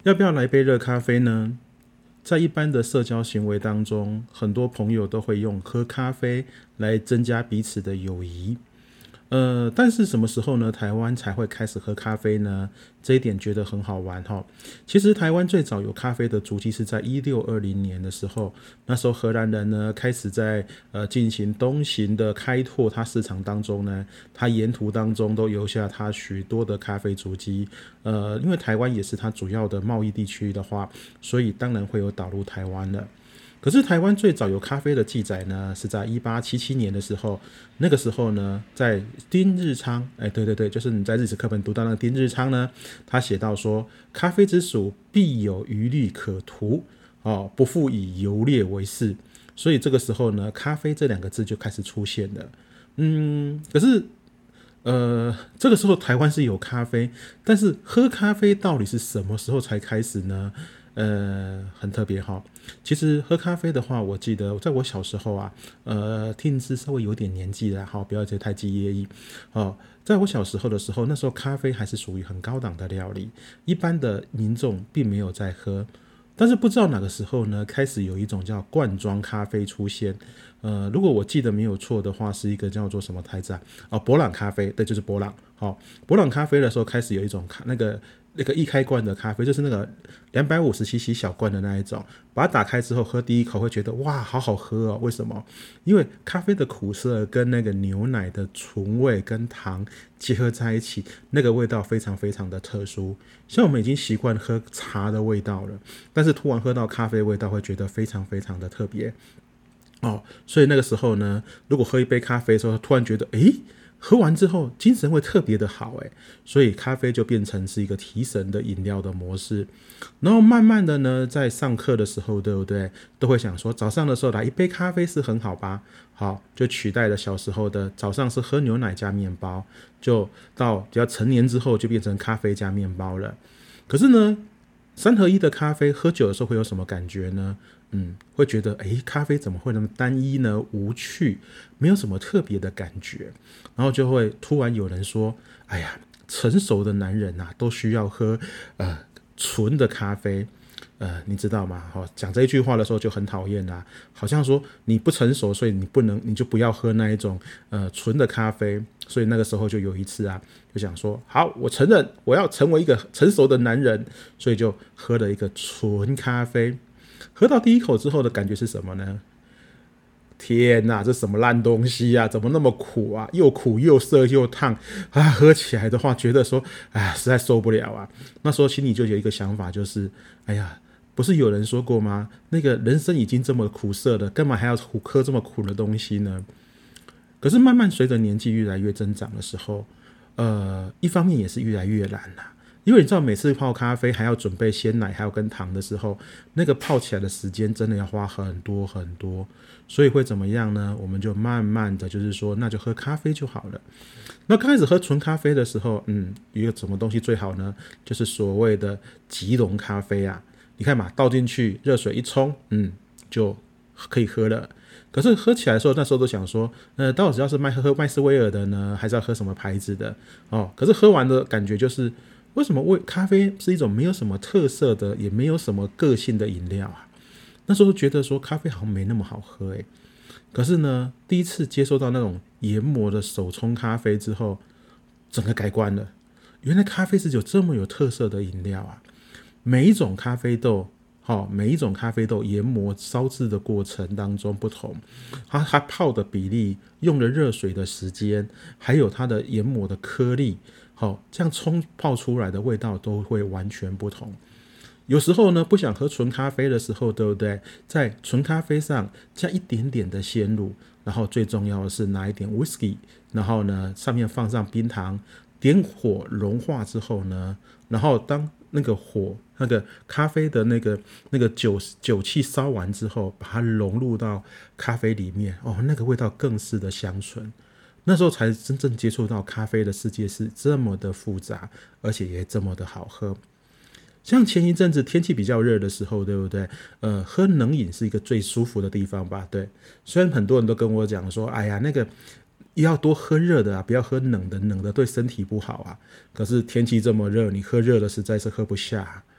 要不要来杯热咖啡呢？在一般的社交行为当中，很多朋友都会用喝咖啡来增加彼此的友谊。但是什么时候呢？台湾才会开始喝咖啡呢？这一点觉得很好玩哈。其实台湾最早有咖啡的足迹是在1620年的时候，那时候荷兰人呢开始在进行东行的开拓，它市场当中呢，它沿途当中都留下它许多的咖啡足迹。因为台湾也是它主要的贸易地区的话，所以当然会有导入台湾了。可是台湾最早有咖啡的记载呢，是在1877年的时候。那个时候呢，在丁日昌，对，就是你在历史课本读到那个丁日昌呢，他写到说，咖啡之属必有余力可图，不复以游猎为事。所以这个时候呢，咖啡这两个字就开始出现了。可是这个时候台湾是有咖啡，但是喝咖啡到底是什么时候才开始呢？很特别哈。其实喝咖啡的话，我记得在我小时候啊，听是稍微有点年纪了，好，不要太记忆哦。在我小时候的时候，那时候咖啡还是属于很高档的料理，一般的民众并没有在喝。但是不知道哪个时候呢，开始有一种叫罐装咖啡出现。如果我记得没有错的话，是一个叫做什么牌子啊？伯朗咖啡，对，就是伯朗。好，伯朗咖啡的时候开始有一种那个一开罐的咖啡，就是那个250cc 小罐的那一种，把它打开之后喝第一口会觉得哇，好好喝哦。为什么？因为咖啡的苦涩跟那个牛奶的醇味跟糖结合在一起，那个味道非常非常的特殊。像我们已经习惯喝茶的味道了，但是突然喝到咖啡味道，会觉得非常非常的特别。所以那个时候呢，如果喝一杯咖啡的时候，突然觉得，喝完之后精神会特别的好，所以咖啡就变成是一个提神的饮料的模式。然后慢慢的呢，在上课的时候，对不对，都会想说，早上的时候来一杯咖啡是很好吧？好，就取代了小时候的早上是喝牛奶加面包，就到比较成年之后就变成咖啡加面包了。可是呢，三合一的咖啡喝酒的时候会有什么感觉呢？会觉得咖啡怎么会那么单一呢？无趣，没有什么特别的感觉。然后就会突然有人说：“哎呀，成熟的男人啊，都需要喝纯的咖啡。”你知道吗？讲这一句话的时候就很讨厌啦，好像说你不成熟，所以你就不要喝那一种纯的咖啡。所以那个时候就有一次啊，就想说，好，我承认我要成为一个成熟的男人，所以就喝了一个纯咖啡。喝到第一口之后的感觉是什么呢？天哪，这什么烂东西啊？怎么那么苦啊？又苦又涩又烫啊！喝起来的话，觉得说，实在受不了啊。那时候心里就有一个想法，就是，哎呀，不是有人说过吗？那个人生已经这么苦涩了，干嘛还要喝这么苦的东西呢？可是慢慢随着年纪越来越增长的时候，一方面也是越来越懒啦。因为你知道，每次泡咖啡还要准备鲜奶，还要跟糖的时候，那个泡起来的时间真的要花很多很多，所以会怎么样呢？我们就慢慢的就是说，那就喝咖啡就好了。那刚开始喝纯咖啡的时候，一个什么东西最好呢？就是所谓的即溶咖啡啊。你看嘛，倒进去热水一冲，就可以喝了。可是喝起来的时候，那时候都想说，到底要是喝麦斯威尔的呢，还是要喝什么牌子的？可是喝完的感觉就是，为什么咖啡是一种没有什么特色的，也没有什么个性的饮料啊？那时候觉得说咖啡好像没那么好喝可是呢，第一次接受到那种研磨的手冲咖啡之后，整个改观了。原来咖啡是有这么有特色的饮料啊！每一种咖啡豆，每一种咖啡豆研磨烧制的过程当中不同，它泡的比例、用的热水的时间，还有它的研磨的颗粒，这样冲泡出来的味道都会完全不同。有时候呢，不想喝纯咖啡的时候，对不对？在纯咖啡上加一点点的鲜乳，然后最重要的是拿一点 whisky， 然后呢上面放上冰糖，点火融化之后呢，然后当那个咖啡的那个酒气烧完之后，把它融入到咖啡里面，那个味道更是的香醇。那时候才真正接触到咖啡的世界是这么的复杂，而且也这么的好喝。像前一阵子天气比较热的时候，对不对？喝冷饮是一个最舒服的地方吧？对。虽然很多人都跟我讲说，哎呀，那个要多喝热的啊，不要喝冷的，冷的对身体不好啊。可是天气这么热，你喝热的实在是喝不下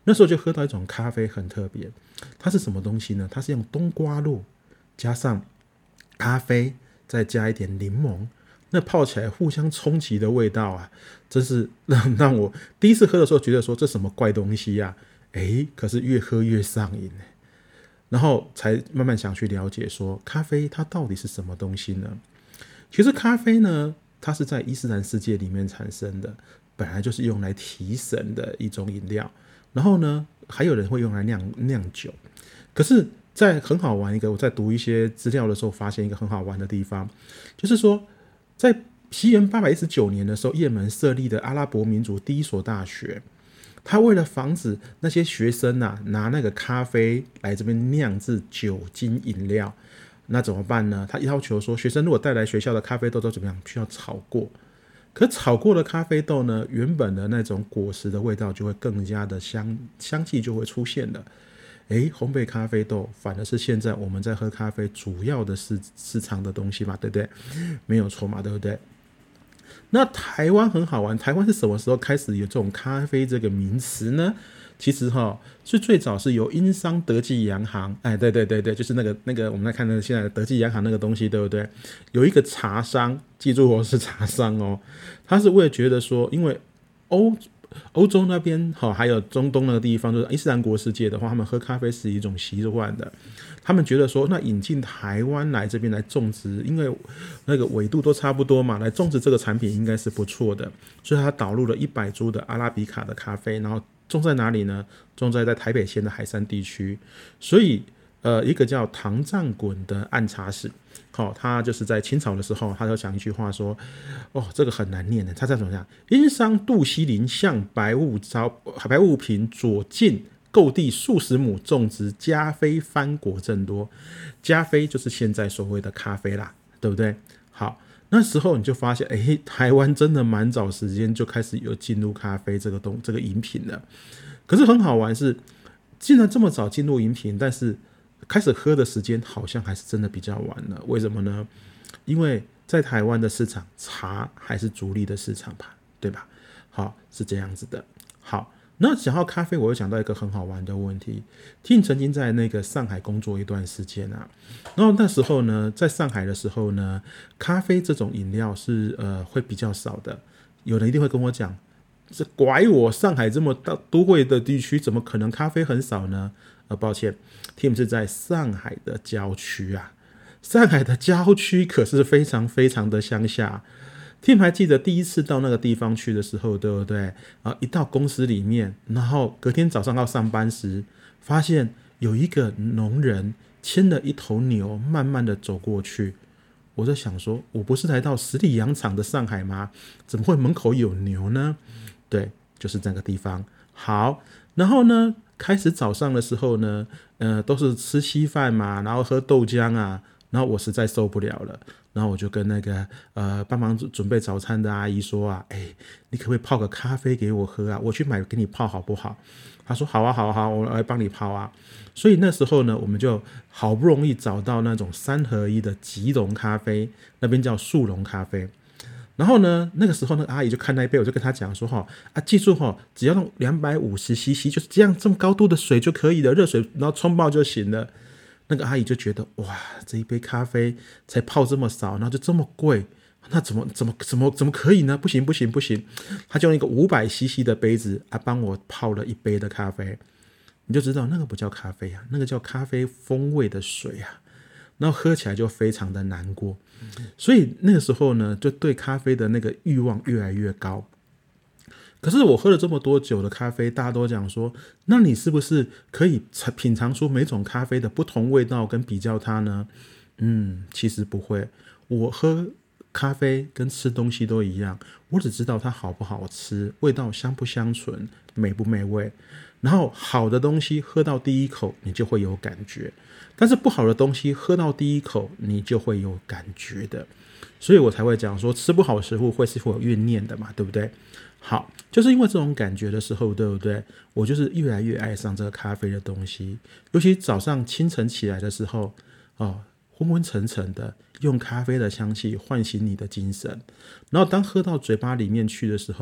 那时候就喝到一种咖啡很特别，它是什么东西呢？它是用冬瓜露加上咖啡，再加一点柠檬，那泡起来互相冲击的味道啊，真是让我第一次喝的时候觉得说这什么怪东西啊，可是越喝越上瘾，然后才慢慢想去了解说咖啡它到底是什么东西呢？其实咖啡呢，它是在伊斯兰世界里面产生的，本来就是用来提神的一种饮料。然后呢，还有人会用来酿酒。可是，在很好玩一个，我在读一些资料的时候，发现一个很好玩的地方，就是说，在西元819年的时候，也门设立的阿拉伯民族第一所大学，他为了防止那些学生拿那个咖啡来这边酿制酒精饮料，那怎么办呢？他要求说，学生如果带来学校的咖啡豆都怎么样？需要炒过。可炒过的咖啡豆呢，原本的那种果实的味道就会更加的香气就会出现了。烘焙咖啡豆反而是现在我们在喝咖啡主要的市场的东西嘛，对不对？没有错嘛，对不对？那台湾很好玩，台湾是什么时候开始有这种咖啡这个名词呢？其实是最早是由英商德记洋行，对，就是那个我们来看现在的德记洋行那个东西，对不对？有一个茶商，记住是茶商哦，他是为了觉得说，因为欧洲那边还有中东那个地方，就是伊斯兰国世界的话，他们喝咖啡是一种习惯的。他们觉得说，那引进台湾来这边来种植，因为那个纬度都差不多嘛，来种植这个产品应该是不错的，所以他导入了100株的阿拉比卡的咖啡，然后种在哪里呢？种在台北县的海山地区。所以一个叫唐藏衮的按察使，他就是在清朝的时候，他就讲一句话说，这个很难念的，他在怎么样？因商杜西林向白雾坪左近购地数十亩，种植加菲番果正多。加菲就是现在所谓的咖啡啦，对不对？好，那时候你就发现，台湾真的蛮早时间就开始有进入咖啡这个饮品了。可是很好玩是，既然这么早进入饮品，但是开始喝的时间好像还是真的比较晚了。为什么呢？因为在台湾的市场，茶还是主力的市场吧，对吧？好，是这样子的。好，那讲到咖啡，我又想到一个很好玩的问题。Tim 曾经在那个上海工作一段时间啊，然后那时候呢，在上海的时候呢，咖啡这种饮料是会比较少的。有人一定会跟我讲，这拐我，上海这么大都会的地区，怎么可能咖啡很少呢？抱歉 ，Tim 是在上海的郊区啊。上海的郊区可是非常非常的乡下。Tim 还记得第一次到那个地方去的时候，对不对？一到公司里面，然后隔天早上要上班时，发现有一个农人牵了一头牛，慢慢的走过去。我在想说，我不是来到十里洋场的上海吗？怎么会门口有牛呢？对，就是这个地方。好，然后呢，开始早上的时候呢，都是吃稀饭嘛，然后喝豆浆啊，然后我实在受不了了，然后我就跟那个帮忙准备早餐的阿姨说啊，你可不可以泡个咖啡给我喝啊？我去买给你泡好不好？她说好啊，我来帮你泡啊。所以那时候呢，我们就好不容易找到那种3合1的即溶咖啡，那边叫速溶咖啡。然后呢，那个时候那个阿姨就看那一杯，我就跟她讲说记住只要用250cc，就是这么高度的水就可以了，热水然后冲泡就行了。那个阿姨就觉得哇，这一杯咖啡才泡这么少，然后就这么贵，那怎么可以呢？不行，她就用一个500cc的杯子帮我泡了一杯的咖啡。你就知道那个不叫咖啡啊，那个叫咖啡风味的水啊，然后喝起来就非常的难过。所以那个时候呢，就对咖啡的那个欲望越来越高。可是我喝了这么多酒的咖啡，大家都讲说，那你是不是可以品尝出每种咖啡的不同味道跟比较它呢？其实不会。我喝咖啡跟吃东西都一样，我只知道它好不好吃，味道香不香醇，美不美味。然后好的东西喝到第一口你就会有感觉，但是不好的东西喝到第一口你就会有感觉的。所以我才会讲说，吃不好食物会有怨念的嘛，对不对？好，就是因为这种感觉的时候，对不对？我就是越来越爱上这个咖啡的东西。尤其早上清晨起来的时候，昏昏沉沉的，用咖啡的香气唤醒你的精神。然后当喝到嘴巴里面去的时候，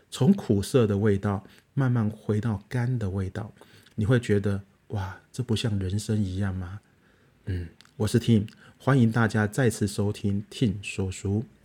从苦涩的味道慢慢回到甘的味道，你会觉得哇，这不像人生一样吗？我是 Tim，欢迎大家再次收听 Tim 说书。